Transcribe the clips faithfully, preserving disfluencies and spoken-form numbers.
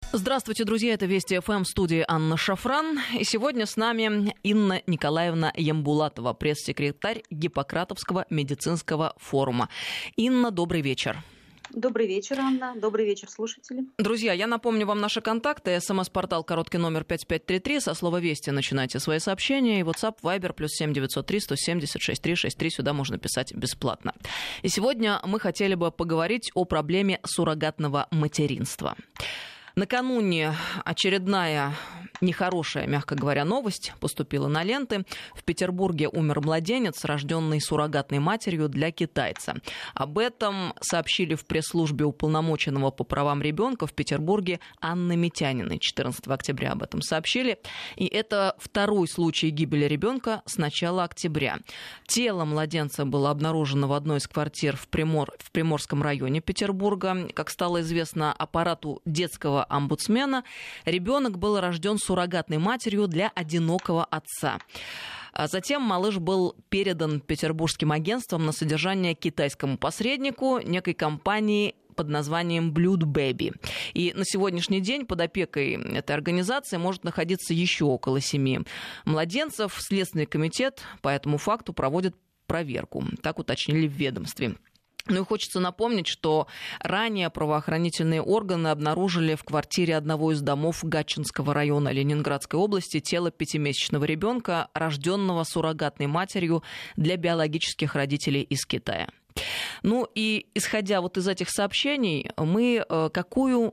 Здравствуйте, друзья, это Вести ФМ, в студии Анна Шафран. И сегодня с нами Инна Николаевна Ямбулатова, пресс-секретарь Гиппократовского медицинского форума. Инна, добрый вечер. Добрый вечер, Анна. Добрый вечер, слушатели. Друзья, я напомню вам наши контакты. СМС-портал короткий номер пять пять три три. Со слова «Вести» начинайте свои сообщения. И WhatsApp, Viber, плюс семь девятьсот три сто семьдесят шесть три шесть три. Сюда можно писать бесплатно. И сегодня мы хотели бы поговорить о проблеме суррогатного материнства. Накануне очередная нехорошая, мягко говоря, новость поступила на ленты. В Петербурге умер младенец, рожденный суррогатной матерью для китайца. Об этом сообщили в пресс-службе уполномоченного по правам ребенка в Петербурге Анны Митяниной. четырнадцатого октября об этом сообщили. И это второй случай гибели ребенка с начала октября. Тело младенца было обнаружено в одной из квартир в, Примор... в Приморском районе Петербурга. Как стало известно аппарату детского омбудсмена, ребенок был рожден суррогатной матерью для одинокого отца. А затем малыш был передан петербургским агентством на содержание китайскому посреднику некой компании под названием Blood Baby. И на сегодняшний день под опекой этой организации может находиться еще около семи младенцев. Следственный комитет по этому факту проводит проверку. Так уточнили в ведомстве. Ну и хочется напомнить, что ранее правоохранительные органы обнаружили в квартире одного из домов Гатчинского района Ленинградской области тело пятимесячного ребенка, рожденного суррогатной матерью для биологических родителей из Китая. Ну и исходя вот из этих сообщений, мы какую,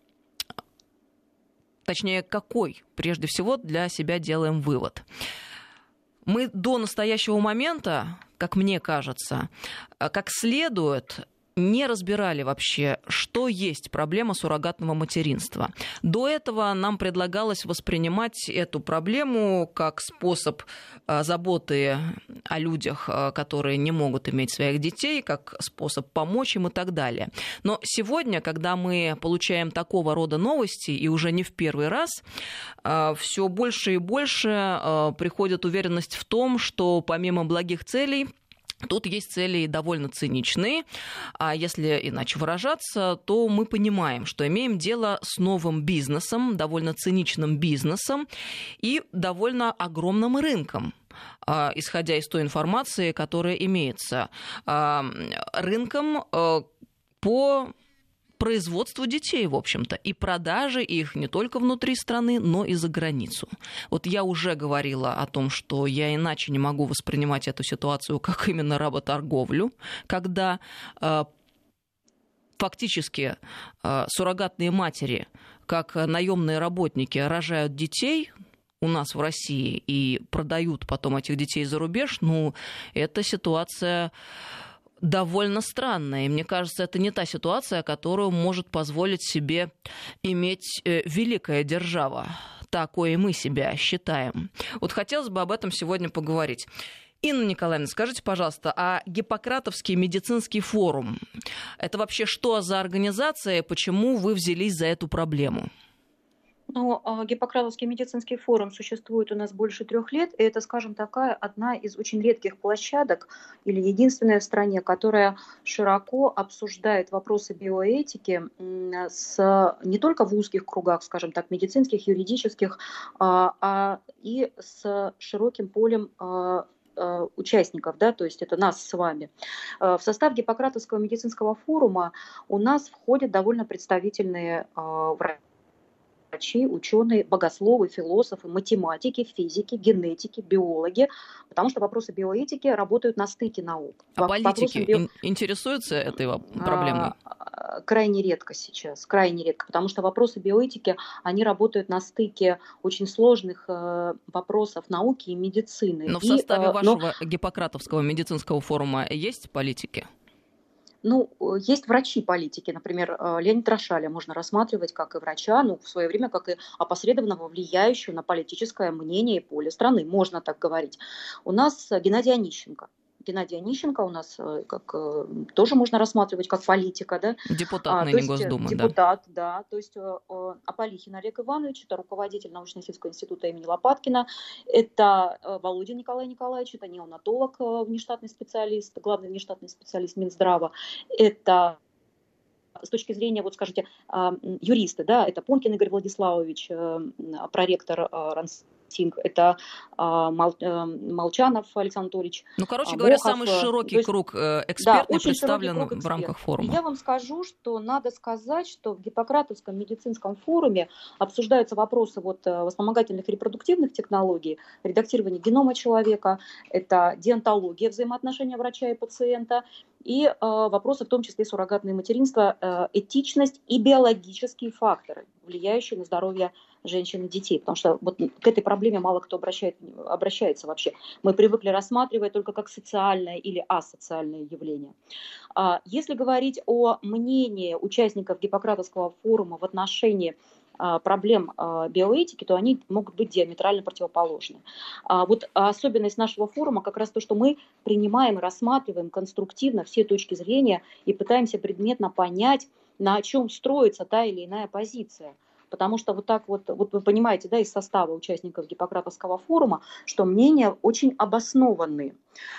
точнее какой, прежде всего для себя делаем вывод. Мы до настоящего момента, как мне кажется, как следует не разбирали вообще, что есть проблема суррогатного материнства. До этого нам предлагалось воспринимать эту проблему как способ заботы о людях, которые не могут иметь своих детей, как способ помочь им и так далее. Но сегодня, когда мы получаем такого рода новости, и уже не в первый раз, все больше и больше приходит уверенность в том, что помимо благих целей, тут есть цели довольно циничные, а если иначе выражаться, то мы понимаем, что имеем дело с новым бизнесом, довольно циничным бизнесом и довольно огромным рынком, исходя из той информации, которая имеется. Рынком по производству детей, в общем-то, и продажи их не только внутри страны, но и за границу. Вот я уже говорила о том, что я иначе не могу воспринимать эту ситуацию как именно работорговлю, когда э, фактически э, суррогатные матери, как наемные работники, рожают детей у нас в России и продают потом этих детей за рубеж. Ну, эта ситуация довольно странная. И мне кажется, это не та ситуация, которую может позволить себе иметь великая держава. Такое мы себя считаем. Вот хотелось бы об этом сегодня поговорить. Инна Николаевна, скажите, пожалуйста, а Гиппократовский медицинский форум – это вообще что за организация, почему вы взялись за эту проблему? Ну, Гиппократовский медицинский форум существует у нас больше трех лет, и это, скажем, такая одна из очень редких площадок или единственная в стране, которая широко обсуждает вопросы биоэтики с, не только в узких кругах, скажем так, медицинских, юридических, а, а и с широким полем участников, да, то есть это нас с вами. В состав Гиппократовского медицинского форума у нас входят довольно представительные врачи, врачи, ученые, богословы, философы, математики, физики, генетики, биологи, потому что вопросы биоэтики работают на стыке наук. А политики био... интересуются этой проблемой? А, крайне редко сейчас, крайне редко, потому что вопросы биоэтики, они работают на стыке очень сложных э, вопросов науки и медицины. Но в и, составе э, вашего но... Гиппократовского медицинского форума есть политики? Ну, есть врачи-политики, например, Леонид Рошаля можно рассматривать как и врача, ну, в свое время как и опосредованного влияющего на политическое мнение и поле страны, можно так говорить. У нас Геннадий Онищенко. Геннадий Онищенко у нас как, тоже можно рассматривать как политика, да? Депутат ныне Госдумы, да. Депутат, да. То есть Аполихин Олег Иванович, это руководитель научно-исследовательского института имени Лопаткина, это Володя Николай Николаевич, это неонатолог, внештатный специалист, главный внештатный специалист Минздрава, это с точки зрения, вот скажите, юриста, да, это Понкин Игорь Владиславович, проректор РАНСТИНГ, это Молчанов Александр Анатольевич, Ну, короче Мохов, говоря, самый широкий есть, круг да, экспертный очень представлен широкий круг в рамках форума. И я вам скажу, что надо сказать, что в Гиппократовском медицинском форуме обсуждаются вопросы вот вспомогательных репродуктивных технологий, редактирование генома человека, это диантология, взаимоотношения врача и пациента, и э, вопросы, в том числе суррогатное материнство, э, этичность и биологические факторы, влияющие на здоровье женщин и детей, потому что вот к этой проблеме мало кто обращает, обращается вообще. Мы привыкли рассматривать только как социальное или асоциальное явление. Если говорить о мнении участников Гиппократовского форума в отношении проблем биоэтики, то они могут быть диаметрально противоположны. Вот особенность нашего форума как раз то, что мы принимаем и рассматриваем конструктивно все точки зрения и пытаемся предметно понять, на чем строится та или иная позиция. Потому что вот так вот, вот вы понимаете, да, из состава участников Гиппократовского форума, что мнения очень обоснованные.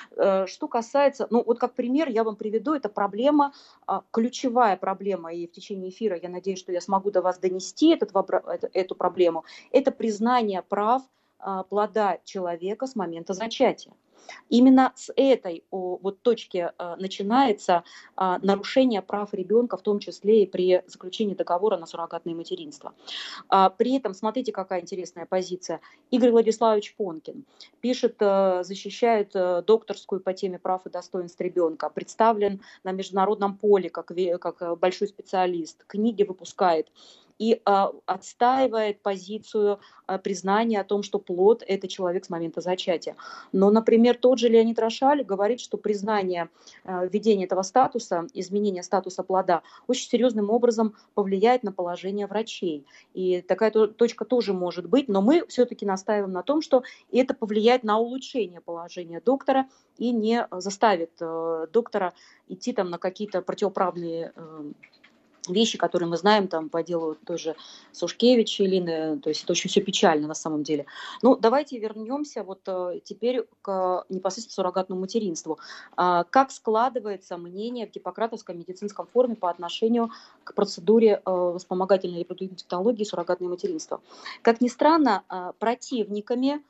Что касается, ну вот как пример я вам приведу, это проблема, ключевая проблема, и в течение эфира я надеюсь, что я смогу до вас донести этот, эту проблему, это признание прав плода человека с момента зачатия. Именно с этой вот точки начинается нарушение прав ребенка, в том числе и при заключении договора на суррогатное материнство. При этом, смотрите, какая интересная позиция. Игорь Владиславович Понкин пишет, защищает докторскую по теме прав и достоинств ребенка, представлен на международном поле как, как большой специалист, книги выпускает. И э, отстаивает позицию э, признания о том, что плод – это человек с момента зачатия. Но, например, тот же Леонид Рошаль говорит, что признание э, введения этого статуса, изменение статуса плода очень серьезным образом повлияет на положение врачей. И такая то, точка тоже может быть, но мы все-таки настаиваем на том, что это повлияет на улучшение положения доктора и не заставит э, доктора идти там, на какие-то противоправные э, вещи, которые мы знаем там по делу тоже Сушкевич, Илины, то есть это очень все печально на самом деле. Ну, давайте вернемся вот теперь к непосредственно суррогатному материнству. Как складывается мнение в Гиппократовском медицинском форуме по отношению к процедуре вспомогательной репродуктивной технологии суррогатное материнство? Как ни странно, противниками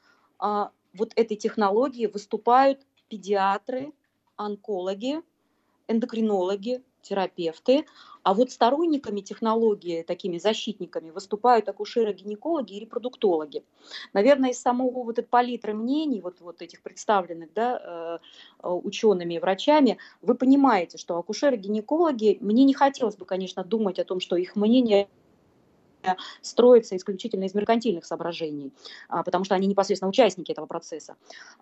вот этой технологии выступают педиатры, онкологи, эндокринологи, терапевты, а вот сторонниками технологии, такими защитниками, выступают акушеры-гинекологи и репродуктологи. Наверное, из самого вот этой палитры мнений, вот, вот этих представленных, да, учеными и врачами, вы понимаете, что акушеры-гинекологи, мне не хотелось бы, конечно, думать о том, что их мнение строится исключительно из меркантильных соображений, потому что они непосредственно участники этого процесса.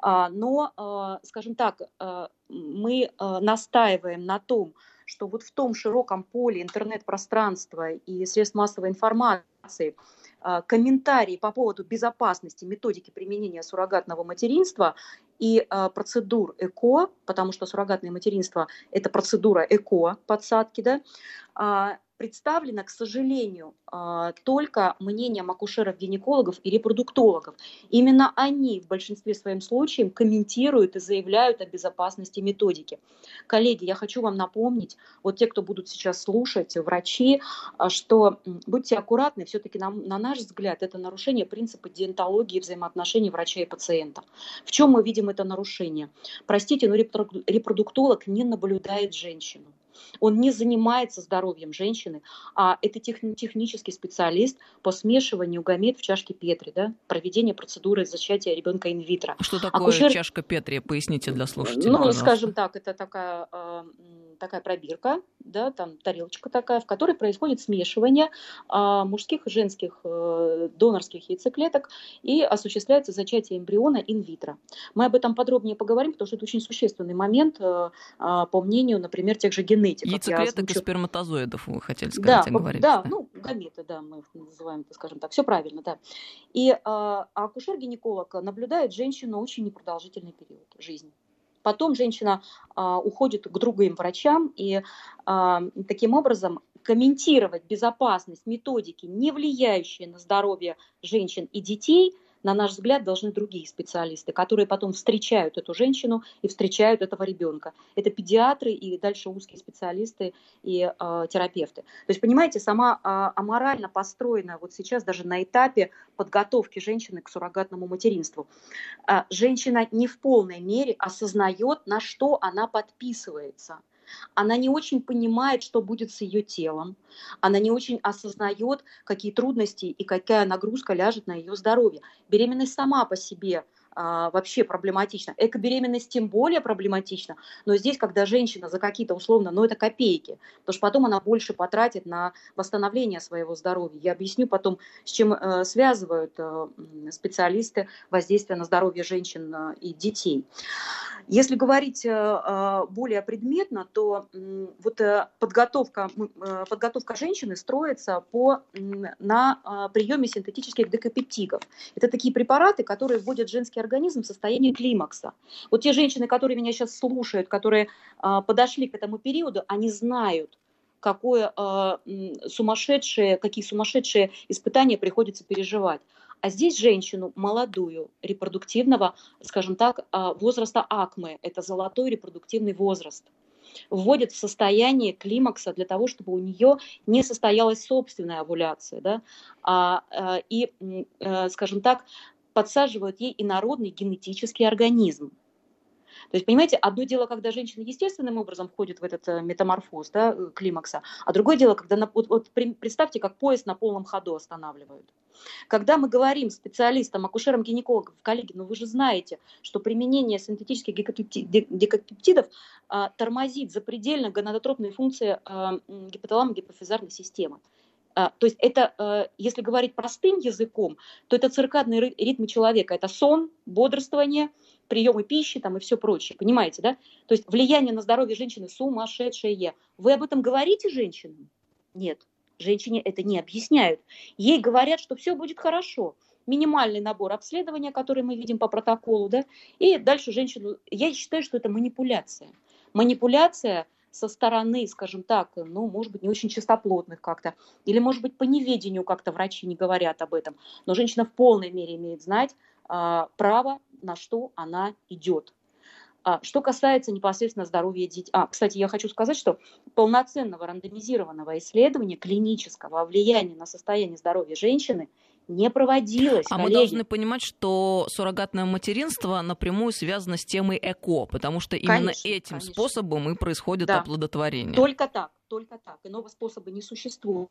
Но, скажем так, мы настаиваем на том, что вот в том широком поле интернет-пространства и средств массовой информации комментарии по поводу безопасности методики применения суррогатного материнства и процедур ЭКО, потому что суррогатное материнство – это процедура ЭКО подсадки, да, представлено, к сожалению, только мнением акушеров-гинекологов и репродуктологов. Именно они в большинстве своем случаев комментируют и заявляют о безопасности методики. Коллеги, я хочу вам напомнить, вот те, кто будут сейчас слушать, врачи, что будьте аккуратны, все-таки на, на наш взгляд это нарушение принципа диентологии и взаимоотношений врача и пациента. В чем мы видим это нарушение? Простите, но репродуктолог не наблюдает женщину. Он не занимается здоровьем женщины, а это тех, технический специалист по смешиванию гамет в чашке Петри, да, проведение процедуры зачатия ребенка инвитро. Что такое Акушер... чашка Петри? Поясните для слушателей, Ну, пожалуйста. Скажем так, это такая, э, такая пробирка, да, там тарелочка такая, в которой происходит смешивание э, мужских и женских э, донорских яйцеклеток и осуществляется зачатие эмбриона инвитро. Мы об этом подробнее поговорим, потому что это очень существенный момент, э, э, по мнению, например, тех же генетиков. Яйцеклеток и сперматозоидов, вы хотели сказать, да, и говорить. Да, да, ну, гаметы, да, мы их называем, скажем так, все правильно, да. И э, акушер-гинеколог наблюдает женщину очень непродолжительный период жизни. Потом женщина э, уходит к другим врачам, и э, таким образом комментировать безопасность методики, не влияющие на здоровье женщин и детей, на наш взгляд, должны другие специалисты, которые потом встречают эту женщину и встречают этого ребенка. Это педиатры и дальше узкие специалисты и э, терапевты. То есть, понимаете, сама э, аморально построена вот сейчас даже на этапе подготовки женщины к суррогатному материнству. Э, женщина не в полной мере осознает, на что она подписывается. Она не очень понимает, что будет с ее телом. Она не очень осознает, какие трудности и какая нагрузка ляжет на ее здоровье. Беременность сама по себе а, вообще проблематична. Экобеременность тем более проблематична. Но здесь, когда женщина за какие-то условно, ну это копейки, потому что потом она больше потратит на восстановление своего здоровья. Я объясню потом, с чем э, связывают э, специалисты воздействие на здоровье женщин э, и детей. Если говорить более предметно, то вот подготовка, подготовка женщины строится по, на приеме синтетических декапептидов. Это такие препараты, которые вводят в женский организм в состояние климакса. Вот те женщины, которые меня сейчас слушают, которые подошли к этому периоду, они знают, какое сумасшедшее, какие сумасшедшие испытания приходится переживать. А здесь женщину молодую, репродуктивного, скажем так, возраста акме, это золотой репродуктивный возраст, вводят в состояние климакса для того, чтобы у нее не состоялась собственная овуляция, да, а, и, скажем так, подсаживают ей инородный генетический организм. То есть, понимаете, одно дело, когда женщина естественным образом входит в этот метаморфоз, да, климакса, а другое дело, когда, на, вот, вот представьте, как поезд на полном ходу останавливают. Когда мы говорим специалистам, акушерам, гинекологам, коллеги, ну вы же знаете, что применение синтетических декапептидов а, тормозит запредельно гонадотропные функции а, гипоталамо-гипофизарной системы. А, то есть это, а, если говорить простым языком, то это циркадные ритмы человека, это сон, бодрствование, приемы пищи там, и все прочее, понимаете, да? То есть влияние на здоровье женщины сумасшедшее. Вы об этом говорите женщинам? Нет. Женщине это не объясняют. Ей говорят, что все будет хорошо. Минимальный набор обследования, который мы видим по протоколу, да, и дальше женщину... Я считаю, что это манипуляция. Манипуляция со стороны, скажем так, ну, может быть, не очень чистоплотных как-то, или, может быть, по неведению как-то врачи не говорят об этом. Но женщина в полной мере имеет знать а, право, на что она идет. Что касается непосредственно здоровья детей. А, кстати, я хочу сказать, что полноценного рандомизированного исследования клинического о влиянии на состояние здоровья женщины не проводилось. А коллеги. Мы должны понимать, что суррогатное материнство напрямую связано с темой ЭКО, потому что именно Конечно, этим конечно. способом и происходит да. оплодотворение. Только так, только так. Иного способа не существует.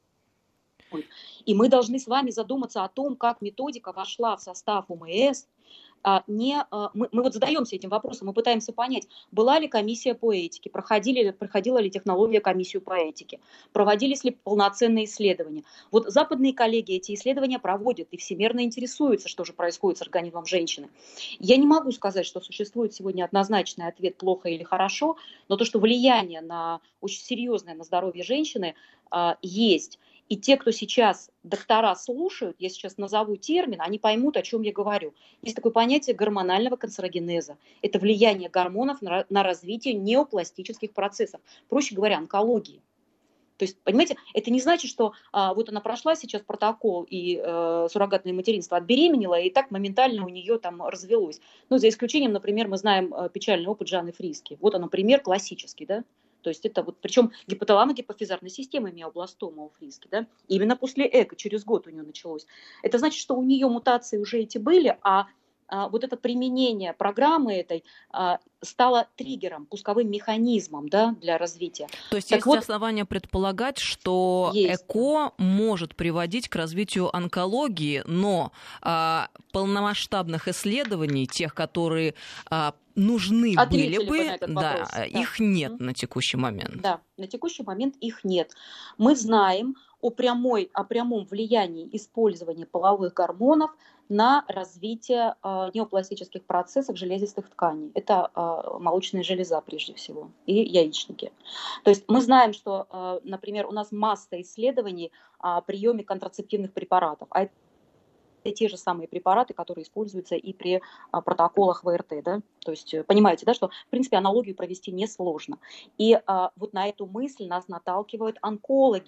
И мы должны с вами задуматься о том, как методика вошла в состав ОМС. Не, мы, мы вот задаемся этим вопросом, мы пытаемся понять, была ли комиссия по этике, проходили, проходила ли технология комиссию по этике, проводились ли полноценные исследования. Вот западные коллеги эти исследования проводят и всемирно интересуются, что же происходит с организмом женщины. Я не могу сказать, что существует сегодня однозначный ответ плохо или хорошо, но то, что влияние на, очень серьезное на здоровье женщины есть. И те, кто сейчас доктора слушают, я сейчас назову термин, они поймут, о чем я говорю. Есть такое понятие гормонального канцерогенеза. Это влияние гормонов на, на развитие неопластических процессов. Проще говоря, онкологии. То есть, понимаете, это не значит, что а, вот она прошла сейчас протокол и э, суррогатное материнство отбеременела, и так моментально у нее там развелось. Ну, за исключением, например, мы знаем э, печальный опыт Жанны Фриски. Вот он, пример классический, да. То есть это вот, причем гипоталамо-гипофизарной системы миобластома у Фриски, да, именно после эко, через год у нее началось. Это значит, что у нее мутации уже эти были, а, а вот это применение программы этой а, стало триггером, пусковым механизмом, да, для развития. То есть так есть вот, основания предполагать, что есть. ЭКО может приводить к развитию онкологии, но а, полномасштабных исследований, тех, которые... А, нужны Ответили были бы, бы на этот да, вопрос, да. их нет mm-hmm. на текущий момент. Да, на текущий момент их нет. Мы знаем о, прямой, о прямом влиянии использования половых гормонов на развитие э, неопластических процессов железистых тканей. Это э, молочная железа прежде всего и яичники. То есть мы знаем, что, э, например, у нас масса исследований о приеме контрацептивных препаратов. А это это те же самые препараты, которые используются и при а, протоколах ВРТ. Да? То есть понимаете, да, что в принципе аналогию провести несложно. И а, вот на эту мысль нас наталкивают онкологи.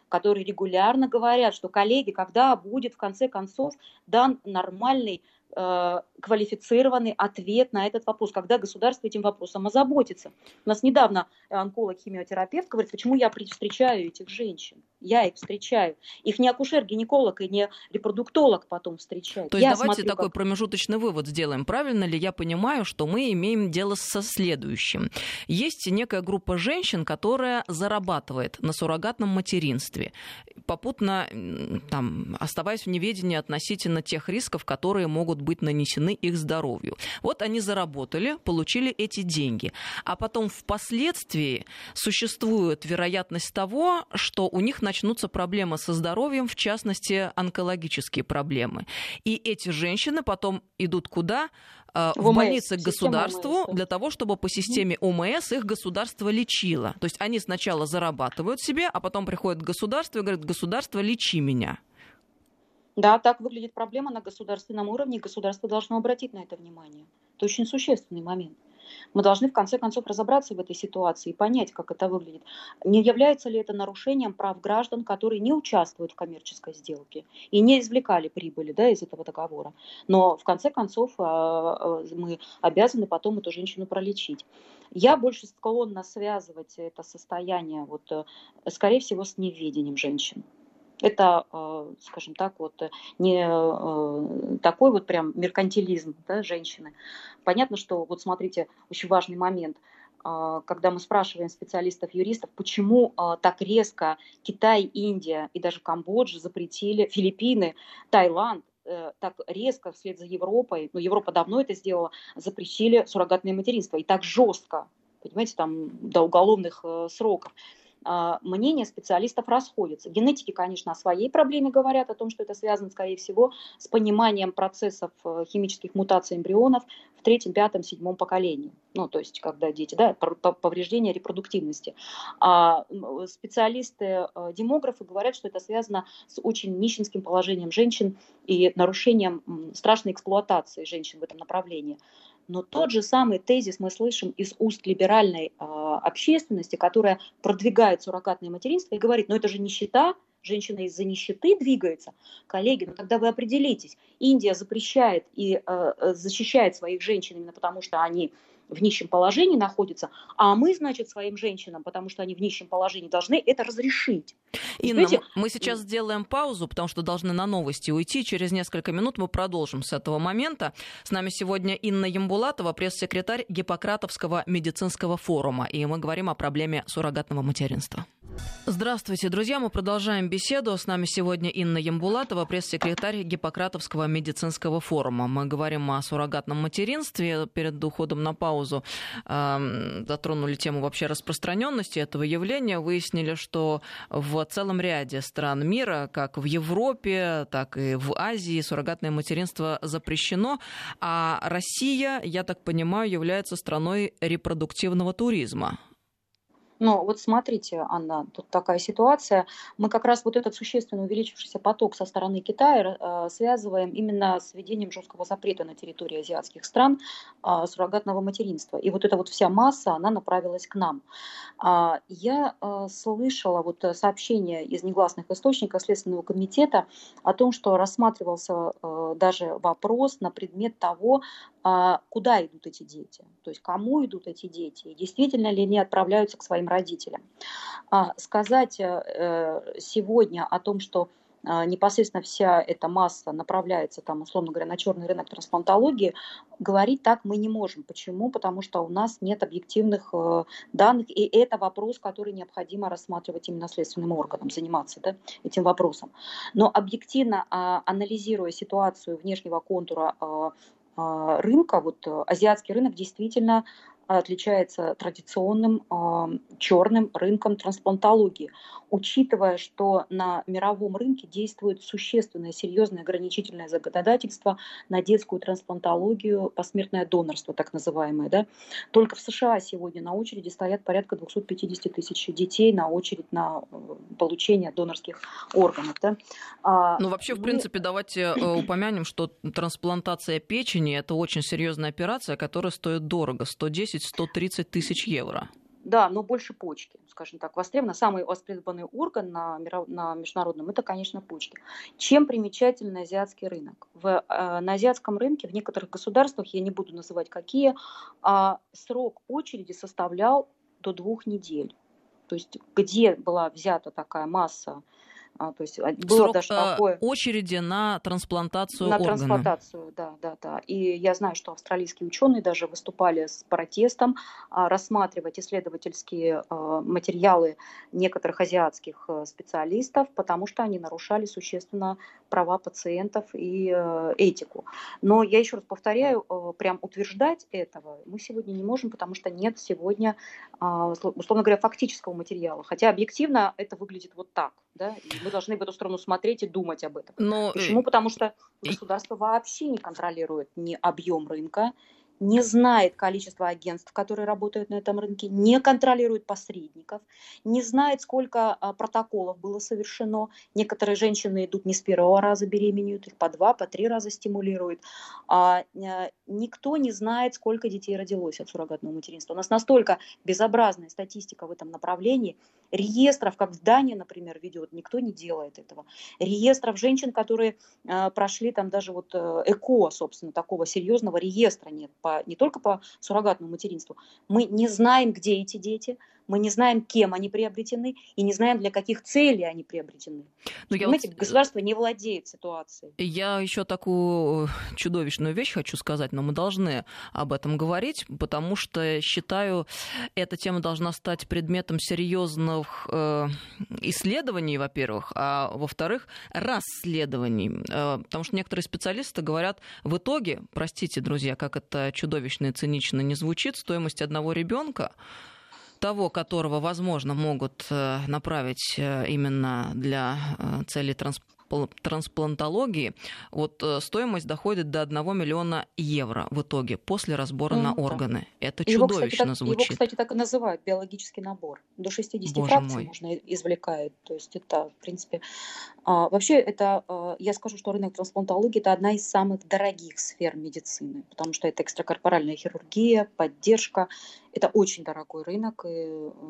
которые регулярно говорят, что, коллеги, когда будет в конце концов дан нормальный квалифицированный ответ на этот вопрос, когда государство этим вопросом озаботится. У нас недавно онколог-химиотерапевт говорит, почему я встречаю этих женщин. Я их встречаю. Их не акушер-гинеколог и не репродуктолог потом встречает. То есть я давайте смотрю, такой как... промежуточный вывод сделаем. Правильно ли я понимаю, что мы имеем дело со следующим? Есть некая группа женщин, которая зарабатывает на суррогатном материнстве, попутно там, оставаясь в неведении относительно тех рисков, которые могут быть нанесены их здоровью. Вот они заработали, получили эти деньги. А потом впоследствии существует вероятность того, что у них начнутся проблемы со здоровьем, в частности, онкологические проблемы. И эти женщины потом идут куда? В, в больницы к государству для того, чтобы по системе ОМС их государство лечило. То есть они сначала зарабатывают себе, а потом приходят к государству и говорят: государство, лечи меня. Да, так выглядит проблема на государственном уровне, и государство должно обратить на это внимание. Это очень существенный момент. Мы должны в конце концов разобраться в этой ситуации и понять, как это выглядит. Не является ли это нарушением прав граждан, которые не участвуют в коммерческой сделке и не извлекали прибыли, да, из этого договора. Но в конце концов мы обязаны потом эту женщину пролечить. Я больше склонна связывать это состояние, вот, скорее всего, с неведением женщин. Это, скажем так, вот не такой вот прям меркантилизм, да, женщины. Понятно, что, вот смотрите, очень важный момент, когда мы спрашиваем специалистов, юристов, почему так резко Китай, Индия и даже Камбоджа запретили, Филиппины, Таиланд, так резко вслед за Европой, ну, Европа давно это сделала, запретили суррогатное материнство. И так жестко, понимаете, там до уголовных сроков. Мнения специалистов расходятся. Генетики, конечно, о своей проблеме говорят, о том, что это связано, скорее всего, с пониманием процессов химических мутаций эмбрионов в третьем, пятом, седьмом поколении. Ну, то есть, когда дети, да, повреждение репродуктивности. А специалисты-демографы говорят, что это связано с очень нищенским положением женщин и нарушением страшной эксплуатации женщин в этом направлении. Но тот же самый тезис мы слышим из уст либеральной э, общественности, которая продвигает суррогатное материнство и говорит: ну это же нищета, женщина из-за нищеты двигается. Коллеги, ну тогда вы определитесь. Индия запрещает и э, защищает своих женщин именно потому, что они в нищем положении находятся, а мы, значит, своим женщинам, потому что они в нищем положении, должны это разрешить. Инна, знаете, мы сейчас сделаем паузу, потому что должны на новости уйти. Через несколько минут мы продолжим с этого момента. С нами сегодня Инна Ямбулатова, пресс-секретарь Гиппократовского медицинского форума, и мы говорим о проблеме суррогатного материнства. Здравствуйте, друзья. Мы продолжаем беседу. С нами сегодня Инна Ямбулатова, пресс-секретарь Гиппократовского медицинского форума. Мы говорим о суррогатном материнстве. Перед уходом на паузу э, затронули тему вообще распространенности этого явления. Выяснили, что в целом ряде стран мира, как в Европе, так и в Азии, суррогатное материнство запрещено. А Россия, я так понимаю, является страной репродуктивного туризма. Но вот смотрите, Анна, тут такая ситуация. Мы как раз вот этот существенно увеличившийся поток со стороны Китая э, связываем именно с введением жесткого запрета на территории азиатских стран э, суррогатного материнства. И вот эта вот вся масса, она направилась к нам. А, я э, слышала вот сообщение из негласных источников Следственного комитета о том, что рассматривался э, даже вопрос на предмет того, э, куда идут эти дети, то есть кому идут эти дети, и действительно ли они отправляются к своим родителям. Сказать сегодня о том, что непосредственно вся эта масса направляется, там, условно говоря, на черный рынок трансплантологии, говорить так мы не можем. Почему? Потому что у нас нет объективных данных, и это вопрос, который необходимо рассматривать именно следственным органам, заниматься, да, этим вопросом. Но объективно анализируя ситуацию внешнего контура рынка, вот азиатский рынок действительно отличается традиционным э, черным рынком трансплантологии, учитывая, что на мировом рынке действует существенное, серьезное ограничительное законодательство на детскую трансплантологию, посмертное донорство, так называемое. Да? Только в США сегодня на очереди стоят порядка двести пятьдесят тысяч детей на очередь на получение донорских органов. Да? А, ну, вообще, в принципе, мы... давайте упомянем, что трансплантация печени – это очень серьезная операция, которая стоит дорого – сто десять - сто тридцать тысяч евро. Да, но больше почки, скажем так, востребованы. Самый востребованный орган на, миров... на международном – это, конечно, почки. Чем примечателен азиатский рынок? В, э, на азиатском рынке в некоторых государствах, я не буду называть какие, э, срок очереди составлял до двух недель. То есть где была взята такая масса, а, то есть было Срок даже такое... очереди на трансплантацию на органа. На трансплантацию, да, да, да. И я знаю, что австралийские ученые даже выступали с протестом а, рассматривать исследовательские а, материалы некоторых азиатских а, специалистов, потому что они нарушали существенно права пациентов и а, этику. Но я еще раз повторяю, а, прям утверждать этого мы сегодня не можем, потому что нет сегодня, а, условно говоря, фактического материала. Хотя объективно это выглядит вот так, да, и мы должны в эту сторону смотреть и думать об этом. Но... Почему? Потому что государство вообще не контролирует ни объем рынка, не знает количество агентств, которые работают на этом рынке, не контролирует посредников, не знает, сколько а, протоколов было совершено. Некоторые женщины идут не с первого раза беременеют, их по два, по три раза стимулируют. А, а, никто не знает, сколько детей родилось от суррогатного материнства. У нас настолько безобразная статистика в этом направлении. Реестров, как в Дании, например, ведет, никто не делает этого. Реестров женщин, которые а, прошли там даже вот ЭКО, собственно, такого серьезного реестра нет. Не только по суррогатному материнству. Мы не знаем, где эти дети, мы не знаем, кем они приобретены, и не знаем, для каких целей они приобретены. Но Понимаете, вот... государство не владеет ситуацией. Я еще такую чудовищную вещь хочу сказать, но мы должны об этом говорить, потому что считаю, эта тема должна стать предметом серьезных э, исследований, во-первых, а во-вторых, расследований. Э, потому что некоторые специалисты говорят, в итоге, простите, друзья, как это чудовищно и цинично не звучит, стоимость одного ребенка, того, которого, возможно, могут направить именно для целей трансплантации, трансплантологии, вот стоимость доходит до одного миллиона евро в итоге после разбора mm, на органы. Да. Это его, чудовищно кстати, так, звучит. Его, кстати, так и называют биологический набор. До шестидесяти фракций можно извлекают. То есть это, в принципе... А, вообще, это, а, я скажу, что рынок трансплантологии – это одна из самых дорогих сфер медицины, потому что это экстракорпоральная хирургия, поддержка. Это очень дорогой рынок. И,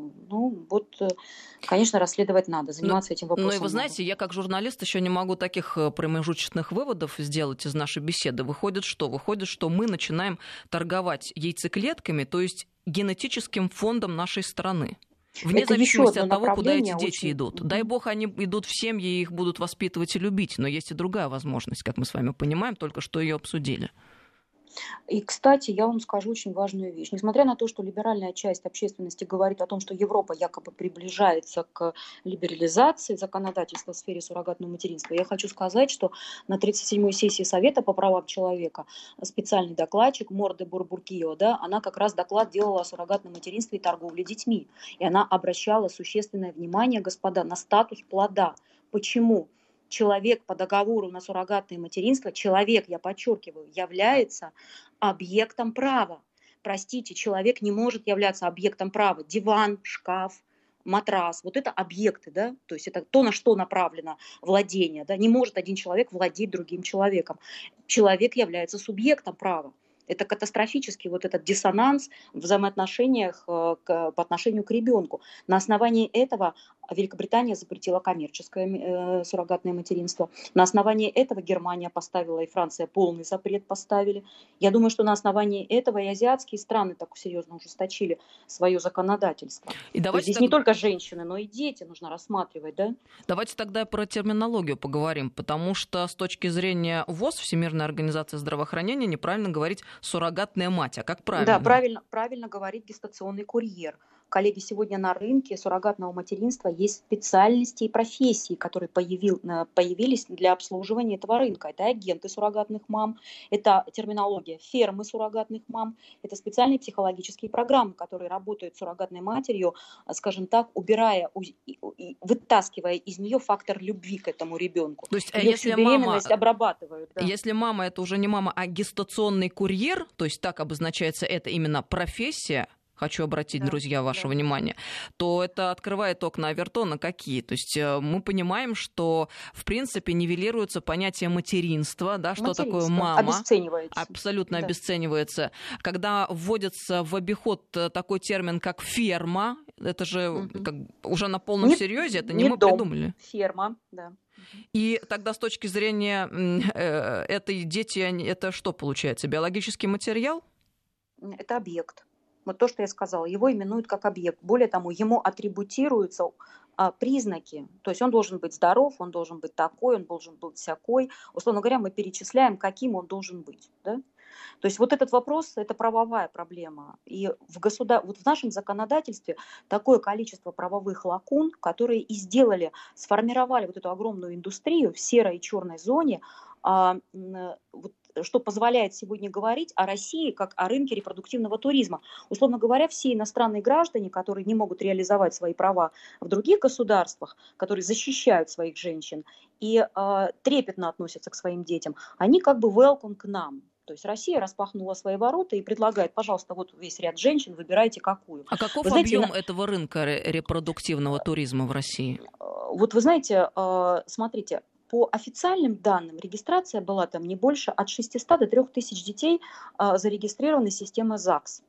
ну, вот, конечно, расследовать надо, заниматься но, этим вопросом. Ну и вы знаете, надо. я как журналист еще не могу таких промежуточных выводов сделать из нашей беседы. Выходит что? Выходит, что мы начинаем торговать яйцеклетками, то есть генетическим фондом нашей страны. Вне это зависимости от того, куда эти дети очень... идут. Дай бог, они идут в семьи, и их будут воспитывать и любить. Но есть и другая возможность, как мы с вами понимаем, только что ее обсудили. И, кстати, я вам скажу очень важную вещь. Несмотря на то, что либеральная часть общественности говорит о том, что Европа якобы приближается к либерализации законодательства в сфере суррогатного материнства, я хочу сказать, что на тридцать седьмой сессии Совета по правам человека специальный докладчик Морде Бурбуркио, да, она как раз доклад делала о суррогатном материнстве и торговле детьми. И она обращала существенное внимание, господа, на статус плода. Почему? Человек по договору на суррогатное материнство, человек, я подчеркиваю, является объектом права. Простите, человек не может являться объектом права. Диван, шкаф, матрас, вот это объекты, да, то есть это то, на что направлено владение, да, не может один человек владеть другим человеком. Человек является субъектом права. Это катастрофический вот этот диссонанс в взаимоотношениях к, по отношению к ребенку. На основании этого Великобритания запретила коммерческое э, суррогатное материнство. На основании этого Германия поставила, и Франция полный запрет поставили. Я думаю, что на основании этого и азиатские страны так серьезно ужесточили свое законодательство. И здесь тогда... не только женщины, но и дети нужно рассматривать, да? Давайте тогда про терминологию поговорим, потому что с точки зрения ВОЗ, Всемирной организации здравоохранения, неправильно говорить суррогатная мать, а как правильно? Да, правильно, правильно говорить гестационный курьер. Коллеги, сегодня на рынке суррогатного материнства есть специальности и профессии, которые появил, появились для обслуживания этого рынка. Это агенты суррогатных мам, это терминология фермы суррогатных мам, это специальные психологические программы, которые работают с суррогатной матерью, скажем так, убирая, вытаскивая из нее фактор любви к этому ребенку. То есть, ее если всю беременность мама, обрабатывают. Да. Если мама это уже не мама, а гестационный курьер, то есть так обозначается это именно профессия, хочу обратить, Да, друзья, ваше да. внимание, то это открывает окна Авертон на какие? То есть э, мы понимаем, что, в принципе, нивелируется понятие материнства, да, что такое Материнство мама, обесценивается. абсолютно Да. обесценивается. Когда вводится в обиход э, такой термин, как ферма, это же Мгм. как, уже на полном Не, серьезе, это не не мы дом, придумали. ферма, да. И тогда с точки зрения м, э, этой дети, они- это что получается? Биологический материал? Это объект. Вот то, что я сказала, его именуют как объект. Более того, ему атрибутируются а, признаки. То есть он должен быть здоров, он должен быть такой, он должен быть всякой. Условно говоря, мы перечисляем, каким он должен быть. Да? То есть вот этот вопрос – это правовая проблема. И в, государ... вот в нашем законодательстве такое количество правовых лакун, которые и сделали, сформировали вот эту огромную индустрию в серой и черной зоне, а, вот, что позволяет сегодня говорить о России как о рынке репродуктивного туризма. Условно говоря, все иностранные граждане, которые не могут реализовать свои права в других государствах, которые защищают своих женщин и э, трепетно относятся к своим детям, они как бы welcome к нам. То есть Россия распахнула свои ворота и предлагает, пожалуйста, вот весь ряд женщин, выбирайте какую. А каков Вы знаете, объем на... этого рынка репродуктивного туризма в России? Вот вы знаете, э, смотрите, по официальным данным, регистрация была там не больше от шестисот до трёх тысяч детей э, зарегистрированы системой ЗАГС.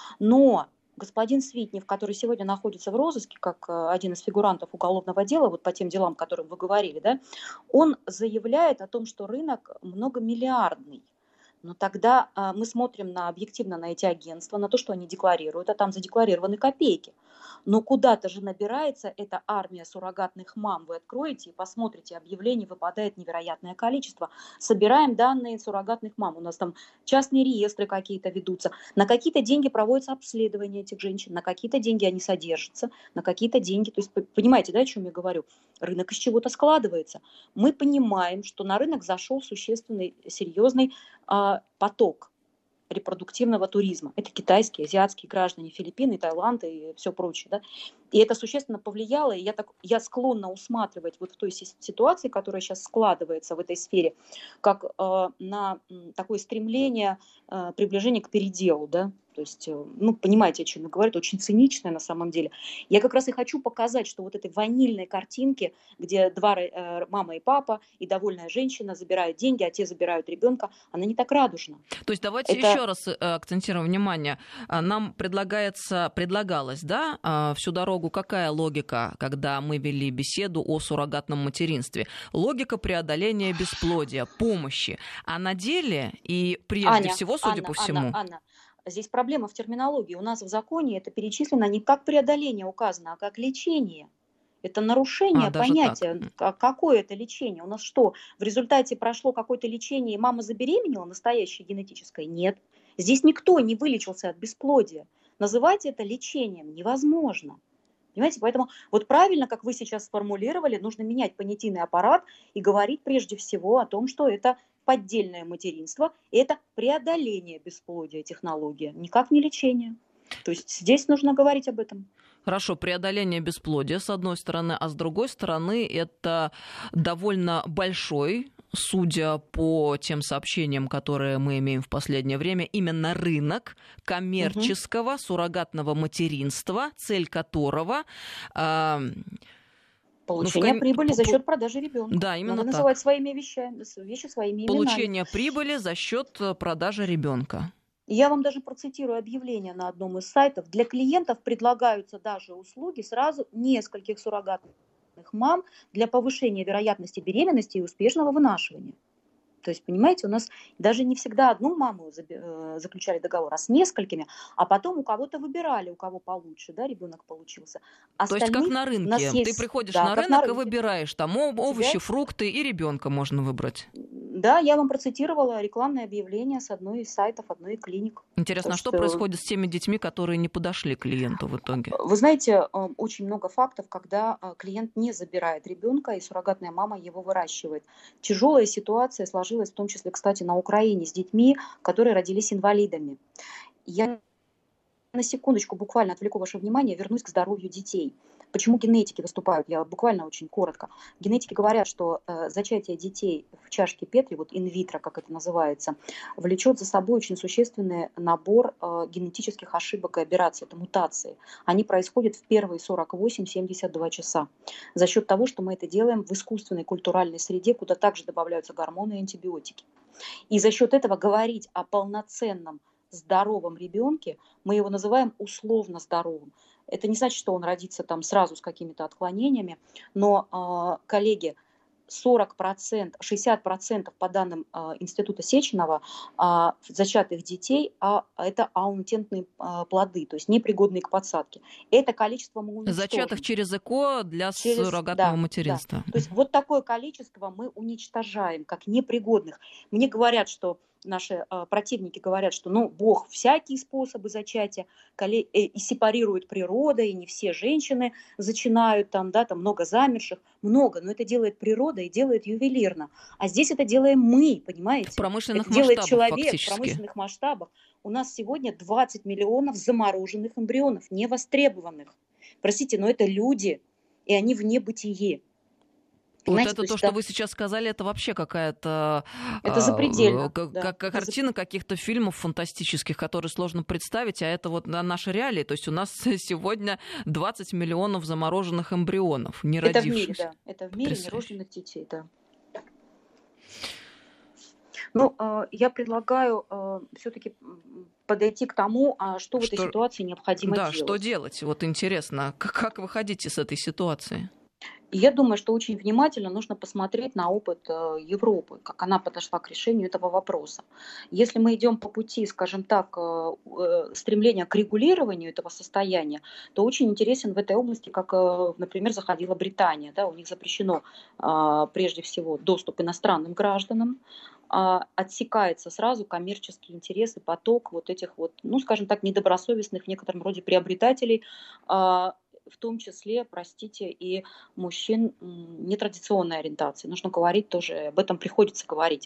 Но господин Свитнев, который сегодня находится в розыске как э, один из фигурантов уголовного дела, вот по тем делам, о которых вы говорили, да, он заявляет о том, что рынок многомиллиардный. Но тогда а, мы смотрим на, объективно на эти агентства, на то, что они декларируют, а там задекларированы копейки. Но куда-то же набирается эта армия суррогатных мам. Вы откроете и посмотрите, объявлений выпадает невероятное количество. Собираем данные суррогатных мам. У нас там частные реестры какие-то ведутся. На какие-то деньги проводится обследование этих женщин, на какие-то деньги они содержатся, на какие-то деньги. То есть, понимаете, да, о чем я говорю? Рынок из чего-то складывается. Мы понимаем, что на рынок зашел существенный, серьезный а, поток репродуктивного туризма. Это китайские, азиатские граждане, Филиппины, Таиланд и все прочее. Да? И это существенно повлияло, и я, так, я склонна усматривать вот в той ситуации, которая сейчас складывается в этой сфере, как э, на м, такое стремление, э, приближение к переделу. Да? То есть, э, ну, понимаете, о чем я говорю, это очень циничное на самом деле. Я как раз и хочу показать, что вот этой ванильной картинки, где два э, мама и папа, и довольная женщина забирают деньги, а те забирают ребенка, она не так радужна. То есть давайте это... еще раз акцентируем внимание. Нам предлагается, предлагалось, да, всю дорогу какая логика, когда мы вели беседу о суррогатном материнстве? Логика преодоления бесплодия, помощи. А на деле, и прежде Аня, всего, судя Анна, по всему... Анна, Анна. Здесь проблема в терминологии. У нас в законе это перечислено не как преодоление указано, а как лечение. Это нарушение а, понятия. Какое это лечение? У нас что, в результате прошло какое-то лечение, и мама забеременела, настоящее генетическое? Нет. Здесь никто не вылечился от бесплодия. Называть это лечением невозможно. Понимаете? Поэтому вот правильно, как вы сейчас сформулировали, нужно менять понятийный аппарат и говорить прежде всего о том, что это поддельное материнство, и это преодоление бесплодия технология, никак не лечение. То есть здесь нужно говорить об этом. Хорошо, преодоление бесплодия, с одной стороны, а с другой стороны, это довольно большой, судя по тем сообщениям, которые мы имеем в последнее время, именно рынок коммерческого, угу. суррогатного материнства, цель которого... Э, Получение ну, прибыли по, за счет продажи ребенка. Да, именно Надо так. называть своими вещами, вещи своими именами. Получение прибыли за счет продажи ребенка. Я вам даже процитирую объявление на одном из сайтов. Для клиентов предлагаются даже услуги сразу нескольких суррогатных мам для повышения вероятности беременности и успешного вынашивания. То есть, понимаете, у нас даже не всегда одну маму заключали договор, а с несколькими, а потом у кого-то выбирали, у кого получше, да, ребенок получился. Остальных, то есть как на рынке. Есть... Ты приходишь да, на рынок на и выбираешь там овощи, тебя... фрукты, и ребенка можно выбрать. Да, я вам процитировала рекламное объявление с одной из сайтов, одной из клиник. Интересно, а что, что происходит с теми детьми, которые не подошли клиенту в итоге? Вы знаете, очень много фактов, когда клиент не забирает ребенка, и суррогатная мама его выращивает. Тяжелая ситуация сложилась в том числе, кстати, на Украине с детьми, которые родились инвалидами. Я на секундочку буквально отвлеку ваше внимание, вернусь к здоровью детей. Почему генетики выступают? Я буквально очень коротко. Генетики говорят, что э, зачатие детей в чашке Петри, вот инвитро, как это называется, влечет за собой очень существенный набор э, генетических ошибок и операций, это мутации. Они происходят в первые сорок восемь — семьдесят два часа. За счет того, что мы это делаем в искусственной культуральной среде, куда также добавляются гормоны и антибиотики. И за счет этого говорить о полноценном здоровом ребенке, мы его называем условно здоровым. Это не значит, что он родится там сразу с какими-то отклонениями, но, э, коллеги, сорок процентов, шестьдесят процентов по данным э, Института Сеченова э, зачатых детей а, это аунтентные э, плоды, то есть непригодные к подсадке. Это количество мы уничтожим. Зачатых через ЭКО для через, суррогатного да, материнства. Да. То есть вот такое количество мы уничтожаем, как непригодных. Мне говорят, что наши э, противники говорят, что ну, Бог всякие способы зачатия коле- э, и сепарирует природа, и не все женщины зачинают, там, да, там много замерших, много, но это делает природа и делает ювелирно. А здесь это делаем мы, понимаете? В промышленных это делает масштабах человек фактически. В промышленных масштабах. У нас сегодня двадцать миллионов замороженных эмбрионов, невостребованных. Простите, но это люди, и они в небытие. Понимаете, вот это то, то, что вы сейчас сказали, это вообще какая-то это запредельно, э, как, да. как картина это... каких-то фильмов фантастических, которые сложно представить, а это вот наши реалии. То есть у нас сегодня двадцать миллионов замороженных эмбрионов, не это родившихся. В мире, да. Это в мире нерожденных детей, да. Ну, э, я предлагаю э, все-таки подойти к тому, а что, что в этой ситуации необходимо да, делать. Да, что делать? Вот интересно, как, как выходить из этой ситуации? Я думаю, что очень внимательно нужно посмотреть на опыт Европы, как она подошла к решению этого вопроса. Если мы идем по пути, скажем так, стремления к регулированию этого состояния, то очень интересен в этой области, как, например, заходила Британия. Да, у них запрещено прежде всего доступ иностранным гражданам, отсекается сразу коммерческие интересы, поток вот этих вот, ну, скажем так, недобросовестных в некотором роде приобретателей, в том числе, простите, и мужчин нетрадиционной ориентации. Нужно говорить тоже, об этом приходится говорить.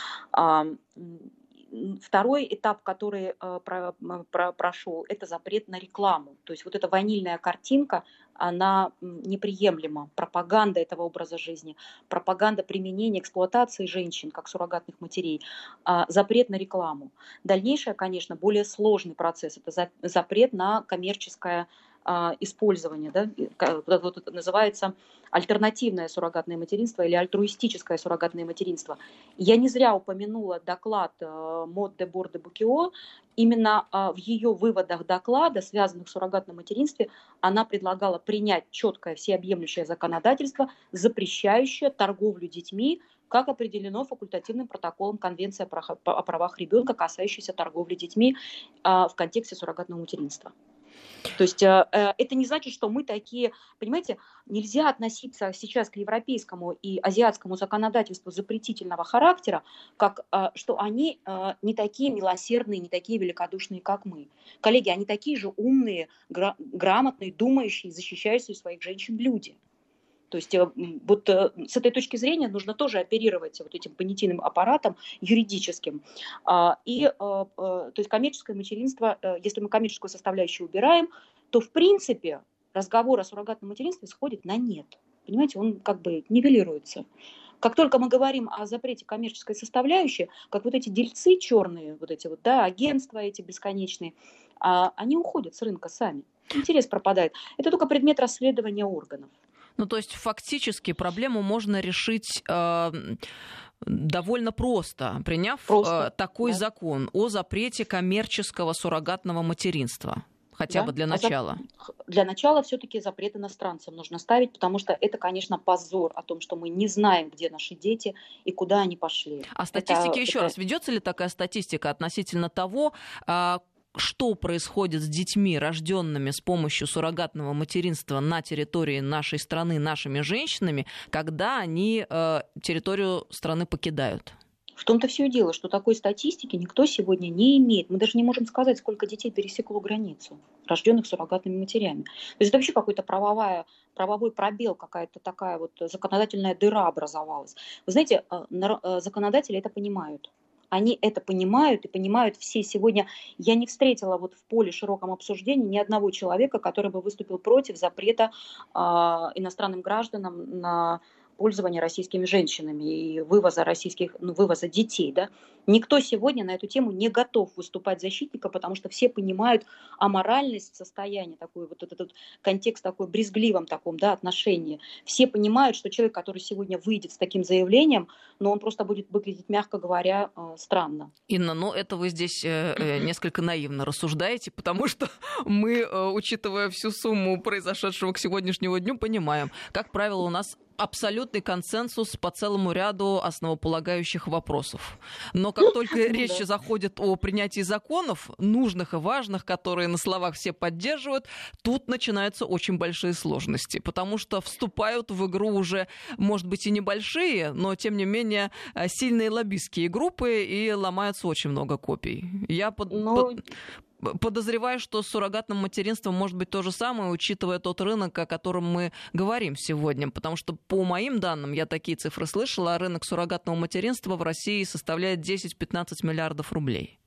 Второй этап, который про, про, прошел, это запрет на рекламу. То есть вот эта ванильная картинка, она неприемлема. Пропаганда этого образа жизни, пропаганда применения, эксплуатации женщин как суррогатных матерей, запрет на рекламу. Дальнейшее, конечно, более сложный процесс. Это запрет на коммерческое использование, да, вот это называется альтернативное суррогатное материнство или альтруистическое суррогатное материнство. Я не зря упомянула доклад Мод де Бор де Букио. Именно в ее выводах доклада, связанных с суррогатным материнством, она предлагала принять четкое всеобъемлющее законодательство, запрещающее торговлю детьми, как определено факультативным протоколом Конвенции о правах ребенка, касающейся торговли детьми в контексте суррогатного материнства. То есть это не значит, что мы такие, понимаете, нельзя относиться сейчас к европейскому и азиатскому законодательству запретительного характера, как что они не такие милосердные, не такие великодушные, как мы. Коллеги, они такие же умные, грамотные, думающие, защищающие своих женщин люди. То есть вот с этой точки зрения нужно тоже оперировать вот этим понятийным аппаратом юридическим. И то есть коммерческое материнство, если мы коммерческую составляющую убираем, то в принципе разговор о суррогатном материнстве сходит на нет. Понимаете, он как бы нивелируется. Как только мы говорим о запрете коммерческой составляющей, как вот эти дельцы черные, вот эти вот, да, агентства эти бесконечные, они уходят с рынка сами. Интерес пропадает. Это только предмет расследования органов. Ну, то есть фактически проблему можно решить э, довольно просто, приняв просто, э, такой да. закон о запрете коммерческого суррогатного материнства. Хотя да? бы для начала. Для начала все-таки запрет иностранцам нужно ставить, потому что это, конечно, позор о том, что мы не знаем, где наши дети и куда они пошли. А статистика, это, еще это... раз, ведется ли такая статистика относительно того, что происходит с детьми, рожденными с помощью суррогатного материнства на территории нашей страны нашими женщинами, когда они э, территорию страны покидают? В том-то все и дело, что такой статистики никто сегодня не имеет. Мы даже не можем сказать, сколько детей пересекло границу, рожденных суррогатными матерями. То есть это вообще какой-то правовая, правовой пробел, какая-то такая вот законодательная дыра образовалась. Вы знаете, законодатели это понимают. Они это понимают и понимают все. Сегодня я не встретила вот в поле широком обсуждении ни одного человека, который бы выступил против запрета а, иностранным гражданам на пользование российскими женщинами и вывоза российских, ну, вывоза детей, да. Никто сегодня на эту тему не готов выступать защитника, потому что все понимают аморальность состояния, такой вот этот, этот контекст такой брезгливом таком, да, отношении. Все понимают, что человек, который сегодня выйдет с таким заявлением, но он просто будет выглядеть, мягко говоря, странно. Инна, ну это вы здесь э, несколько наивно рассуждаете, потому что мы, э, учитывая всю сумму произошедшего к сегодняшнему дню, понимаем, как правило, у нас абсолютный консенсус по целому ряду основополагающих вопросов. Но как только речь заходит о принятии законов, нужных и важных, которые на словах все поддерживают, тут начинаются очень большие сложности, потому что вступают в игру уже, может быть, и небольшие, но, тем не менее, сильные лоббистские группы, и ломается очень много копий. Я под... Но... под... Подозреваю, что с суррогатным материнством может быть то же самое, учитывая тот рынок, о котором мы говорим сегодня. Потому что, по моим данным, я такие цифры слышала, рынок суррогатного материнства в России составляет десять-пятнадцать миллиардов рублей.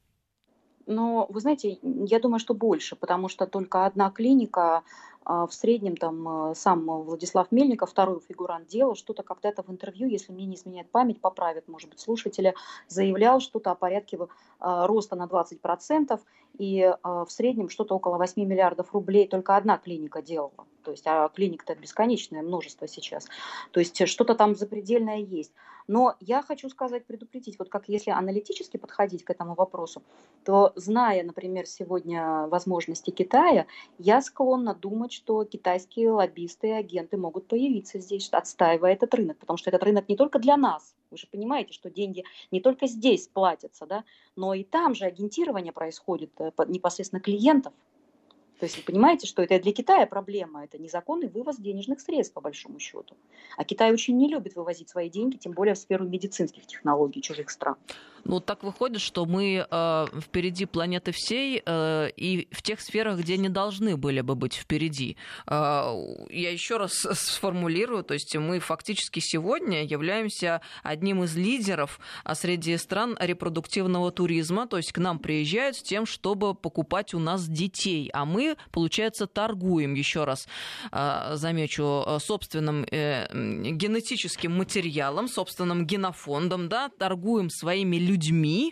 Но, вы знаете, я думаю, что больше, потому что только одна клиника, в среднем там сам Владислав Мельников, второй фигурант дела, что-то когда-то в интервью, если мне не изменяет память, поправят, может быть, слушатели, заявлял что-то о порядке роста на двадцать процентов, и в среднем что-то около восемь миллиардов рублей только одна клиника делала. То есть, а клиник-то бесконечное множество сейчас. То есть что-то там запредельное есть. Но я хочу сказать, предупредить, вот как если аналитически подходить к этому вопросу, то, зная, например, сегодня возможности Китая, я склонна думать, что китайские лоббисты и агенты могут появиться здесь, отстаивая этот рынок, потому что этот рынок не только для нас. Вы же понимаете, что деньги не только здесь платятся, да, но и там же агентирование происходит непосредственно клиентов. То есть вы понимаете, что это для Китая проблема, это незаконный вывоз денежных средств, по большому счету. А Китай очень не любит вывозить свои деньги, тем более в сферу медицинских технологий чужих стран. Ну, так выходит, что мы э, впереди планеты всей э, и в тех сферах, где не должны были бы быть впереди. Э, я еще раз сформулирую, то есть мы фактически сегодня являемся одним из лидеров среди стран репродуктивного туризма, то есть к нам приезжают с тем, чтобы покупать у нас детей, а мы, получается, торгуем, еще раз э, замечу, собственным э, генетическим материалом, собственным генофондом, да, торгуем своими людьми,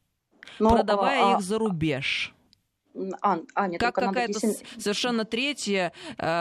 но, продавая а, их за рубеж. Ан, Аня, как какая-то здесь... совершенно третья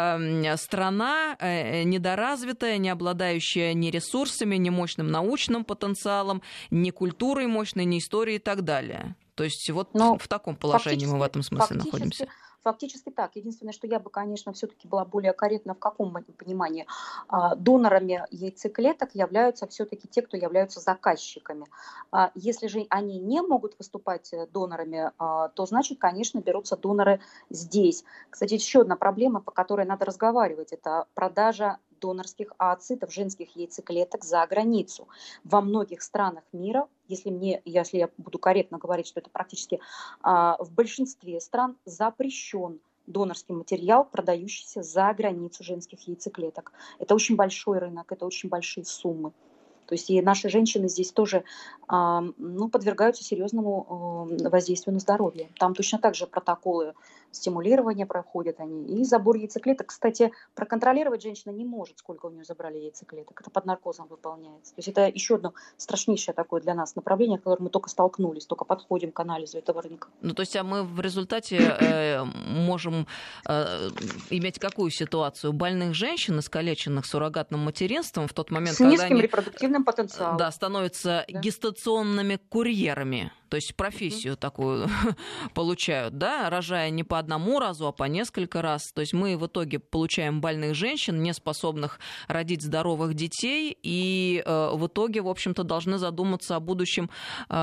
э, страна, э, недоразвитая, не обладающая ни ресурсами, ни мощным научным потенциалом, ни культурой мощной, ни историей и так далее. То есть вот но в таком положении мы в этом смысле находимся. Фактически так. Единственное, что я бы, конечно, все-таки была более корректна в каком понимании. Донорами яйцеклеток являются все-таки те, кто являются заказчиками. Если же они не могут выступать донорами, то, значит, конечно, берутся доноры здесь. Кстати, еще одна проблема, по которой надо разговаривать, это продажа донорских ооцитов, женских яйцеклеток за границу. Во многих странах мира, если, мне, если я буду корректно говорить, что это практически а, в большинстве стран запрещен донорский материал, продающийся за границу женских яйцеклеток. Это очень большой рынок, это очень большие суммы. То есть и наши женщины здесь тоже а, ну, подвергаются серьезному а, воздействию на здоровье. Там точно так же протоколы стимулирования проходят они. И забор яйцеклеток. Кстати, проконтролировать женщина не может, сколько у нее забрали яйцеклеток. Это под наркозом выполняется. То есть это еще одно страшнейшее такое для нас направление, с которым мы только столкнулись, только подходим к анализу этого рынка. Ну, то есть а мы в результате э, можем э, иметь какую ситуацию? Больных женщин, искалеченных суррогатным материнством в тот момент, с когда низким они репродуктивным потенциалом. Да, становятся да. гестационными курьерами, то есть профессию mm-hmm. такую получают, да, рожая не по одному разу, а по несколько раз. То есть мы в итоге получаем больных женщин, не способных родить здоровых детей, и э, в итоге, в общем-то, должны задуматься о будущем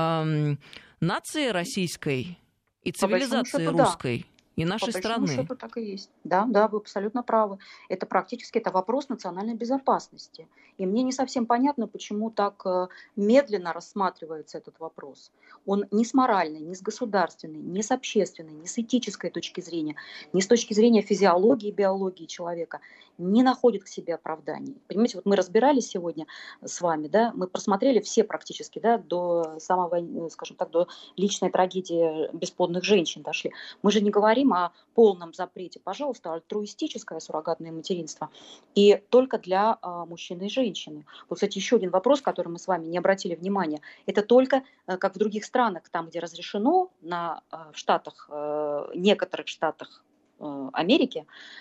э, нации российской и цивилизации счету, русской. Да. И нашей По страны. Счету так и есть. Да, да, вы абсолютно правы. Это практически это вопрос национальной безопасности. И мне не совсем понятно, почему так медленно рассматривается этот вопрос. Он ни с моральной, ни с государственной, ни с общественной, ни с этической точки зрения, ни с точки зрения физиологии и биологии человека не находит к себе оправданий. Понимаете, вот мы разбирались сегодня с вами, да, мы просмотрели все практически, да, до самого, скажем так, до личной трагедии бесплодных женщин дошли. Мы же не говорим о полном запрете, пожалуйста, альтруистическое суррогатное материнство и только для а, мужчины и женщины. Вот, кстати, еще один вопрос, который мы с вами не обратили внимания, это только, как в других странах, там, где разрешено, на, в штатах, некоторых штатах Америки,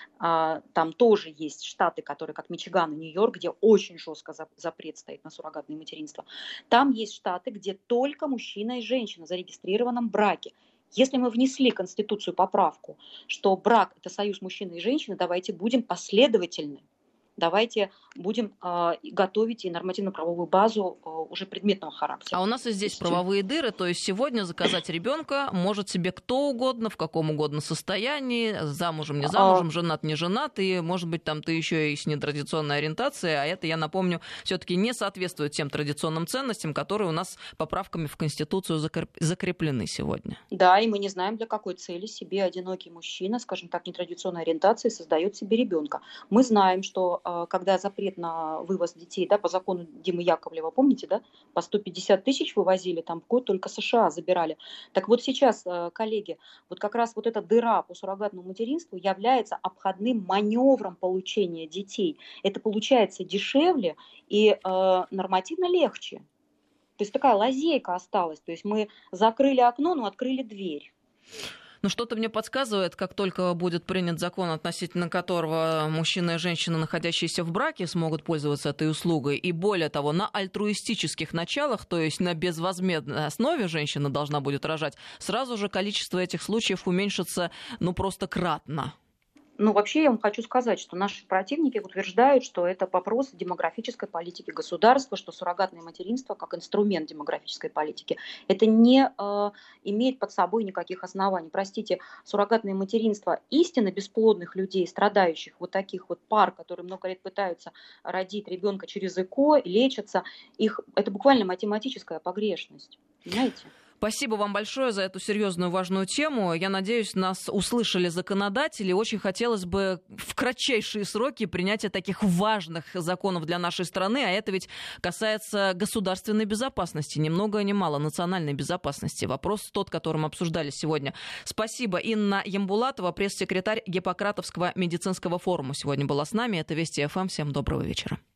там тоже есть штаты, которые, как Мичиган и Нью-Йорк, где очень жестко запрет стоит на суррогатное материнство. Там есть штаты, где только мужчина и женщина в зарегистрированном браке. Если мы внесли в Конституцию поправку, что брак – это союз мужчины и женщины, давайте будем последовательны. Давайте будем э, готовить и нормативно-правовую базу э, уже предметного характера. А у нас и здесь правовые дыры, то есть сегодня заказать ребенка может себе кто угодно, в каком угодно состоянии, замужем, не замужем, женат, не женат, и, может быть, там ты еще и с нетрадиционной ориентацией, а это, я напомню, все-таки не соответствует тем традиционным ценностям, которые у нас поправками в Конституцию закреплены сегодня. Да, и мы не знаем, для какой цели себе одинокий мужчина, скажем так, нетрадиционной ориентации, создает себе ребенка. Мы знаем, что когда запрет на вывоз детей, да, по закону Димы Яковлева, помните, да, по сто пятьдесят тысяч вывозили, там в год только США забирали. Так вот сейчас, коллеги, вот как раз вот эта дыра по суррогатному материнству является обходным маневром получения детей. Это получается дешевле и э, нормативно легче. То есть такая лазейка осталась. То есть мы закрыли окно, но открыли дверь. Ну, что-то мне подсказывает, как только будет принят закон, относительно которого мужчина и женщина, находящиеся в браке, смогут пользоваться этой услугой, и более того, на альтруистических началах, то есть на безвозмездной основе женщина должна будет рожать, сразу же количество этих случаев уменьшится, ну, просто кратно. Ну, вообще, я вам хочу сказать, что наши противники утверждают, что это вопрос демографической политики государства, что суррогатное материнство как инструмент демографической политики. Это не э, имеет под собой никаких оснований. Простите, суррогатное материнство истинно бесплодных людей, страдающих, вот таких вот пар, которые много лет пытаются родить ребенка через ЭКО, лечатся, их, это буквально математическая погрешность. Понимаете? Спасибо вам большое за эту серьезную важную тему. Я надеюсь, нас услышали законодатели. Очень хотелось бы в кратчайшие сроки принятия таких важных законов для нашей страны. А это ведь касается государственной безопасности. Ни много ни мало национальной безопасности. Вопрос тот, который мы обсуждали сегодня. Спасибо. Инна Ямбулатова, пресс-секретарь Гиппократовского медицинского форума, сегодня была с нами. Это Вести ФМ. Всем доброго вечера.